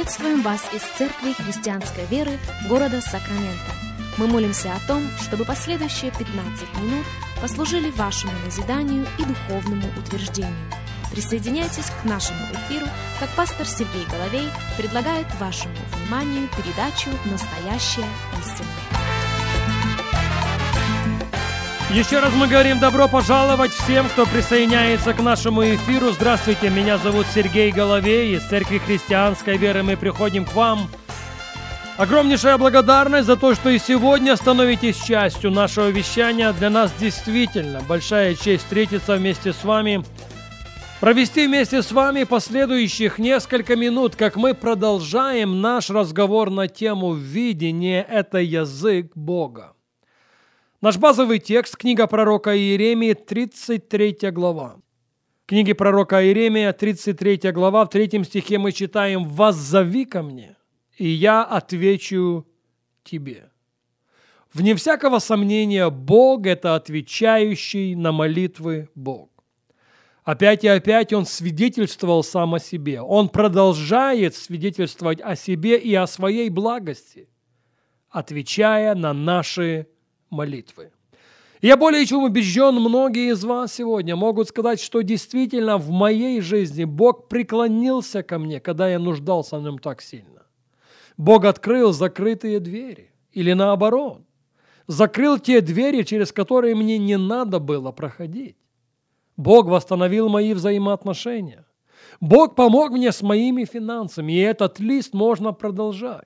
Приветствуем вас из Церкви Христианской Веры города Сакраменто. Мы молимся о том, чтобы последующие 15 минут послужили вашему назиданию и духовному утверждению. Присоединяйтесь к нашему эфиру, как пастор Сергей Головей предлагает вашему вниманию передачу «Настоящая истина». Еще раз мы говорим добро пожаловать всем, кто присоединяется к нашему эфиру. Здравствуйте, меня зовут Сергей Головей из Церкви Христианской Веры. Мы приходим к вам. Огромнейшая благодарность за то, что и сегодня становитесь частью нашего вещания. Для нас действительно большая честь встретиться вместе с вами, провести вместе с вами последующих несколько минут, как мы продолжаем наш разговор на тему «Видение – это язык Бога». Наш базовый текст – книга пророка Иеремии, 33 глава. В книге пророка Иеремия, 33 глава, в 3 стихе мы читаем «Воззови ко мне, и я отвечу тебе». Вне всякого сомнения, Бог – это отвечающий на молитвы Бог. Опять и опять Он свидетельствовал сам о себе. Он продолжает свидетельствовать о себе и о своей благости, отвечая на наши молитвы. Я более чем убежден, многие из вас сегодня могут сказать, что действительно в моей жизни Бог преклонился ко мне, когда я нуждался в Нем так сильно. Бог открыл закрытые двери, или наоборот, закрыл те двери, через которые мне не надо было проходить. Бог восстановил мои взаимоотношения. Бог помог мне с моими финансами, и этот лист можно продолжать.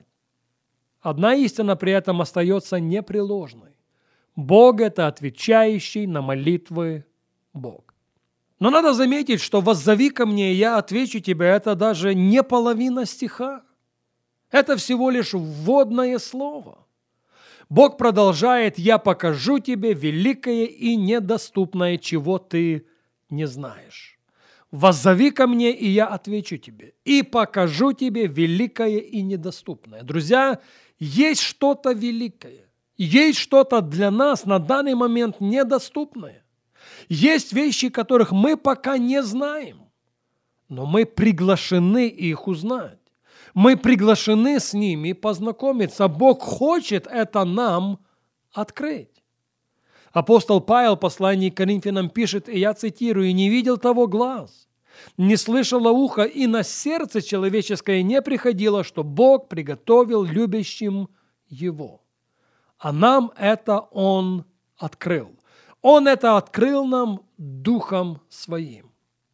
Одна истина при этом остается непреложной. Бог – это отвечающий на молитвы Бог. Но надо заметить, что «воззови ко мне, я отвечу тебе» – это даже не половина стиха. Это всего лишь вводное слово. Бог продолжает «я покажу тебе великое и недоступное, чего ты не знаешь». «Воззови ко мне, и я отвечу тебе, и покажу тебе великое и недоступное». Друзья, есть что-то великое. Есть что-то для нас на данный момент недоступное. Есть вещи, которых мы пока не знаем, но мы приглашены их узнать. Мы приглашены с ними познакомиться. Бог хочет это нам открыть. Апостол Павел в послании к Коринфянам пишет, и я цитирую, «Не видел того глаз, не слышало ухо, и на сердце человеческое не приходило, что Бог приготовил любящим Его». А нам это Он открыл. Он это открыл нам Духом Своим.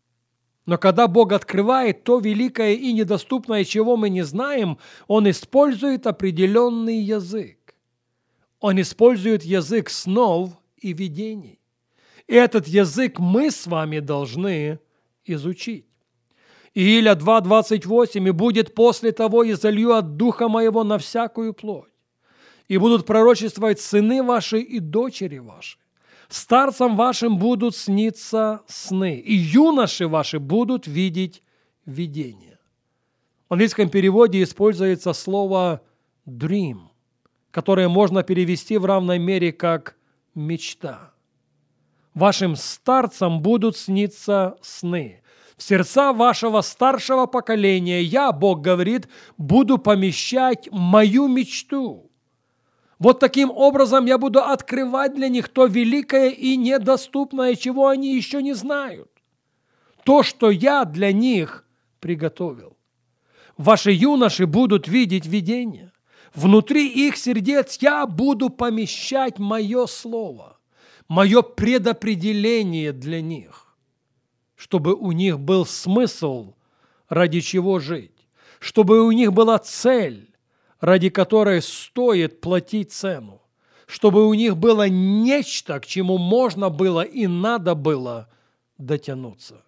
Но когда Бог открывает то великое и недоступное, чего мы не знаем, Он использует определенный язык. Он использует язык снов и видений. И этот язык мы с вами должны изучить. Ииля 2:28: «И будет после того, и залью от Духа Моего на всякую плоть. И будут пророчествовать сыны ваши и дочери ваши. Старцам вашим будут сниться сны, и юноши ваши будут видеть видения». В английском переводе используется слово «dream», которое можно перевести в равной мере как «мечта». «Вашим старцам будут сниться сны. В сердца вашего старшего поколения я, Бог говорит, буду помещать мою мечту». Вот таким образом я буду открывать для них то великое и недоступное, чего они еще не знают. То, что я для них приготовил. Ваши юноши будут видеть видения. Внутри их сердец я буду помещать мое слово, мое предопределение для них, чтобы у них был смысл, ради чего жить, чтобы у них была цель, ради которой стоит платить цену, чтобы у них было нечто, к чему можно было и надо было дотянуться.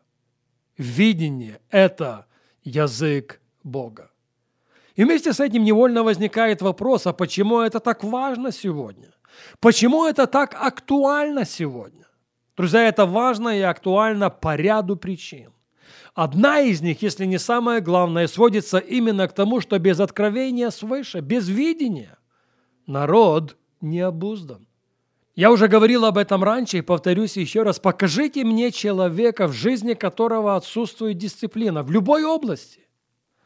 Видение – это язык Бога. И вместе с этим невольно возникает вопрос, а почему это так важно сегодня? Почему это так актуально сегодня? Друзья, это важно и актуально по ряду причин. Одна из них, если не самое главное, сводится именно к тому, что без откровения свыше, без видения, народ не обуздан. Я уже говорил об этом раньше и повторюсь еще раз. Покажите мне человека, в жизни которого отсутствует дисциплина в любой области,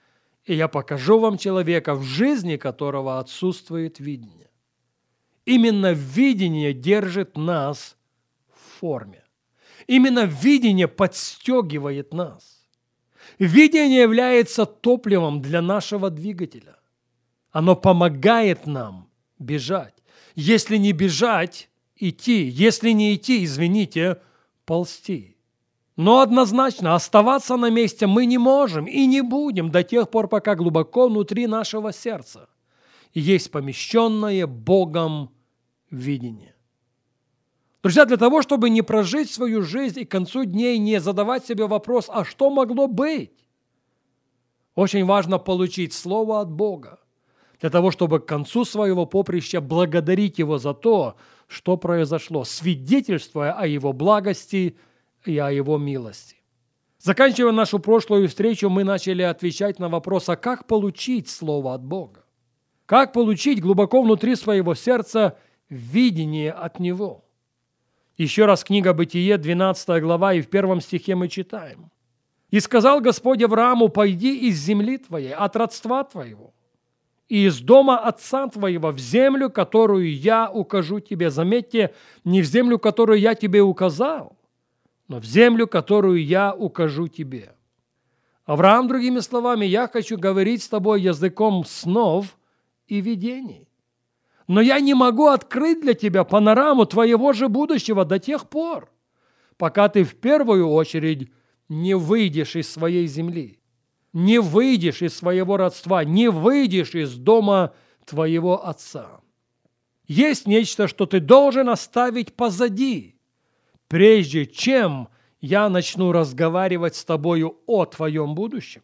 и я покажу вам человека, в жизни которого отсутствует видение. Именно видение держит нас в форме. Именно видение подстегивает нас. Видение является топливом для нашего двигателя. Оно помогает нам бежать. Если не бежать, идти. Если не идти, извините, ползти. Но однозначно оставаться на месте мы не можем и не будем до тех пор, пока глубоко внутри нашего сердца есть помещенное Богом видение. Друзья, для того, чтобы не прожить свою жизнь и к концу дней не задавать себе вопрос, а что могло быть? Очень важно получить слово от Бога, для того, чтобы к концу своего поприща благодарить Его за то, что произошло, свидетельствуя о Его благости и о Его милости. Заканчивая нашу прошлую встречу, мы начали отвечать на вопрос, а как получить слово от Бога? Как получить глубоко внутри своего сердца видение от Него? Еще раз книга Бытие, 12 глава, и в 1 стихе мы читаем. «И сказал Господь Аврааму, пойди из земли твоей, от родства твоего, и из дома отца твоего в землю, которую я укажу тебе». Заметьте, не в землю, которую я тебе указал, но в землю, которую я укажу тебе. Авраам, другими словами, я хочу говорить с тобой языком снов и видений. Но я не могу открыть для тебя панораму твоего же будущего до тех пор, пока ты в первую очередь не выйдешь из своей земли, не выйдешь из своего родства, не выйдешь из дома твоего отца. Есть нечто, что ты должен оставить позади, прежде чем я начну разговаривать с тобою о твоем будущем.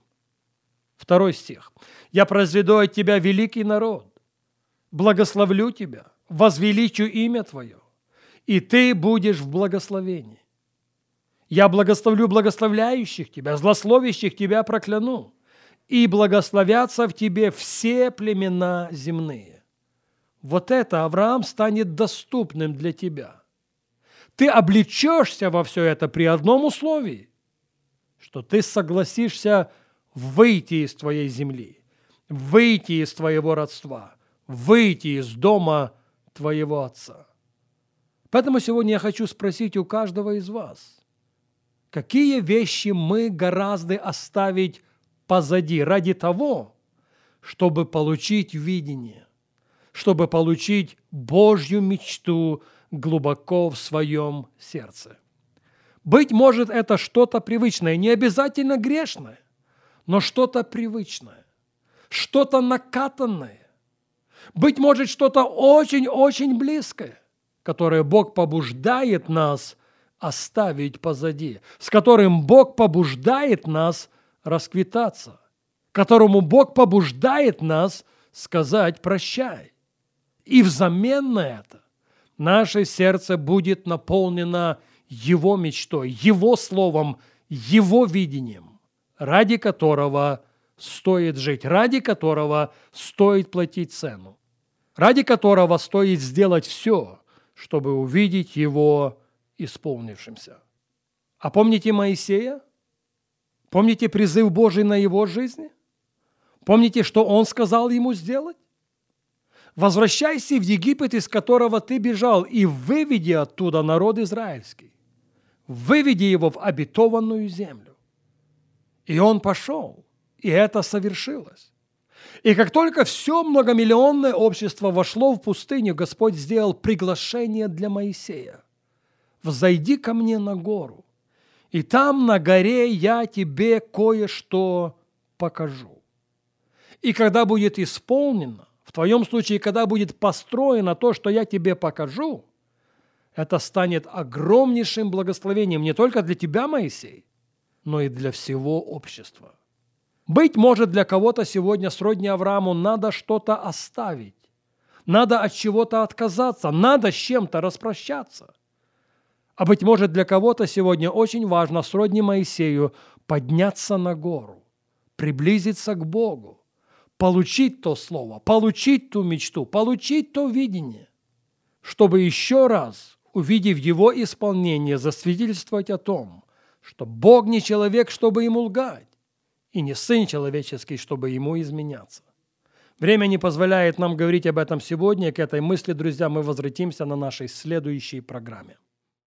2 стих. «Я произведу от тебя великий народ, благословлю тебя, возвеличу имя твое, и ты будешь в благословении. Я благословлю благословляющих тебя, злословящих тебя прокляну, и благословятся в тебе все племена земные». Вот это, Авраам, станет доступным для тебя. Ты облечешься во все это при одном условии, что ты согласишься выйти из твоей земли, выйти из твоего родства, выйти из дома твоего отца. Поэтому сегодня я хочу спросить у каждого из вас, какие вещи мы гораздо оставить позади ради того, чтобы получить видение, чтобы получить Божью мечту глубоко в своем сердце. Быть может, это что-то привычное, не обязательно грешное, но что-то привычное, что-то накатанное. Быть может, что-то очень-очень близкое, которое Бог побуждает нас оставить позади, с которым Бог побуждает нас расквитаться, которому Бог побуждает нас сказать «прощай». И взамен на это наше сердце будет наполнено Его мечтой, Его словом, Его видением, ради которого стоит жить, ради которого стоит платить цену, ради которого стоит сделать все, чтобы увидеть Его исполнившимся. А помните Моисея? Помните призыв Божий на его жизни? Помните, что он сказал ему сделать? «Возвращайся в Египет, из которого ты бежал, и выведи оттуда народ израильский. Выведи его в обетованную землю». И он пошел, и это совершилось. И как только все многомиллионное общество вошло в пустыню, Господь сделал приглашение для Моисея. «Взойди ко мне на гору, и там на горе я тебе кое-что покажу». И когда будет исполнено, в твоем случае, когда будет построено то, что я тебе покажу, это станет огромнейшим благословением не только для тебя, Моисей, но и для всего общества. Быть может, для кого-то сегодня сродни Аврааму надо что-то оставить, надо от чего-то отказаться, надо с чем-то распрощаться. А быть может, для кого-то сегодня очень важно сродни Моисею подняться на гору, приблизиться к Богу, получить то слово, получить ту мечту, получить то видение, чтобы еще раз, увидев его исполнение, засвидетельствовать о том, что Бог не человек, чтобы ему лгать, и не Сын Человеческий, чтобы Ему изменяться. Время не позволяет нам говорить об этом сегодня, и к этой мысли, друзья, мы возвратимся на нашей следующей программе.